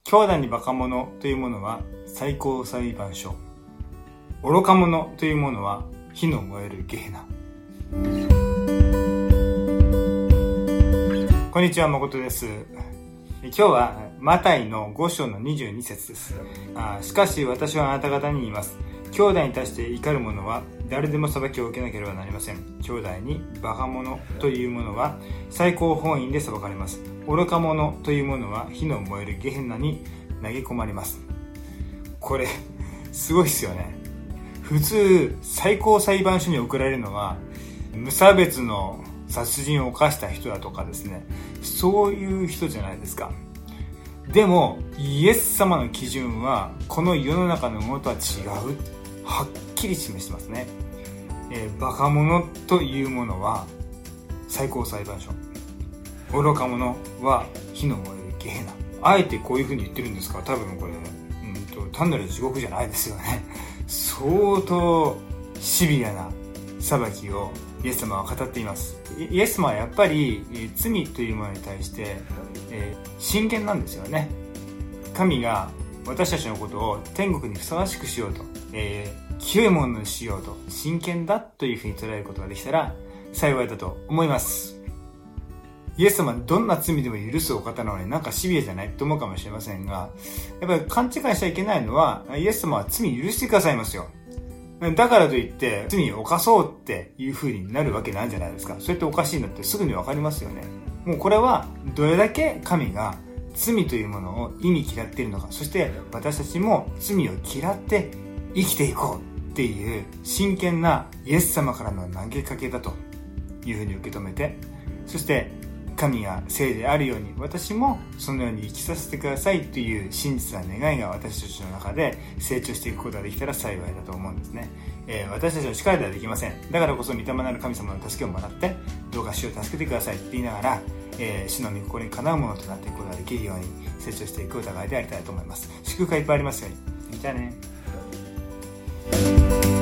兄弟にバカ者というものは最高裁判所、愚か者というものは火の燃えるゲヘナ。こんにちは、誠です。今日はマタイの5章の22節です。しかし私はあなた方に言います。兄弟に対して怒る者は誰でも裁きを受けなければなりません。兄弟にバカ者というものは最高法院で裁かれます。愚か者というものは火の燃えるゲヘナに投げ込まれます。これすごいですよね。普通最高裁判所に送られるのは無差別の殺人を犯した人だとかですね、そういう人じゃないですか。でもイエス様の基準はこの世の中のものとは違う、はっきり示してますね。バカ者というものは最高裁判所、愚か者は火の燃えるゲヘナ。あえてこういう風に言ってるんですか？多分これ単なる地獄じゃないですよね。相当シビアな裁きをイエス様は語っています。イエス様はやっぱり罪というものに対して真剣なんですよね。神が私たちのことを天国にふさわしくしようと、清いものにしようと真剣だというふうに捉えることができたら幸いだと思います。イエス様はどんな罪でも許すお方なのになんかシビアじゃないと思うかもしれませんが、やっぱり勘違いしちゃいけないのは、イエス様は罪許してくださいますよ。だからといって罪を犯そうっていう風になるわけないんじゃないですか。それっておかしいのってすぐにわかりますよね。もうこれはどれだけ神が罪というものを意味嫌っているのか、そして私たちも罪を嫌って生きていこうっていう真剣なイエス様からの投げかけだという風に受け止めて、そして神が聖であるように私もそのように生きさせてくださいという真実な願いが私たちの中で成長していくことができたら幸いだと思うんですね。私たちの力ではできません。だからこそ御霊なる神様の助けをもらってどうか主を助けてくださいって言いながら、主の御心にかなうものとなっていくことができるように成長していくお互いでありたいと思います。祝福がいっぱいありますように。じゃあね。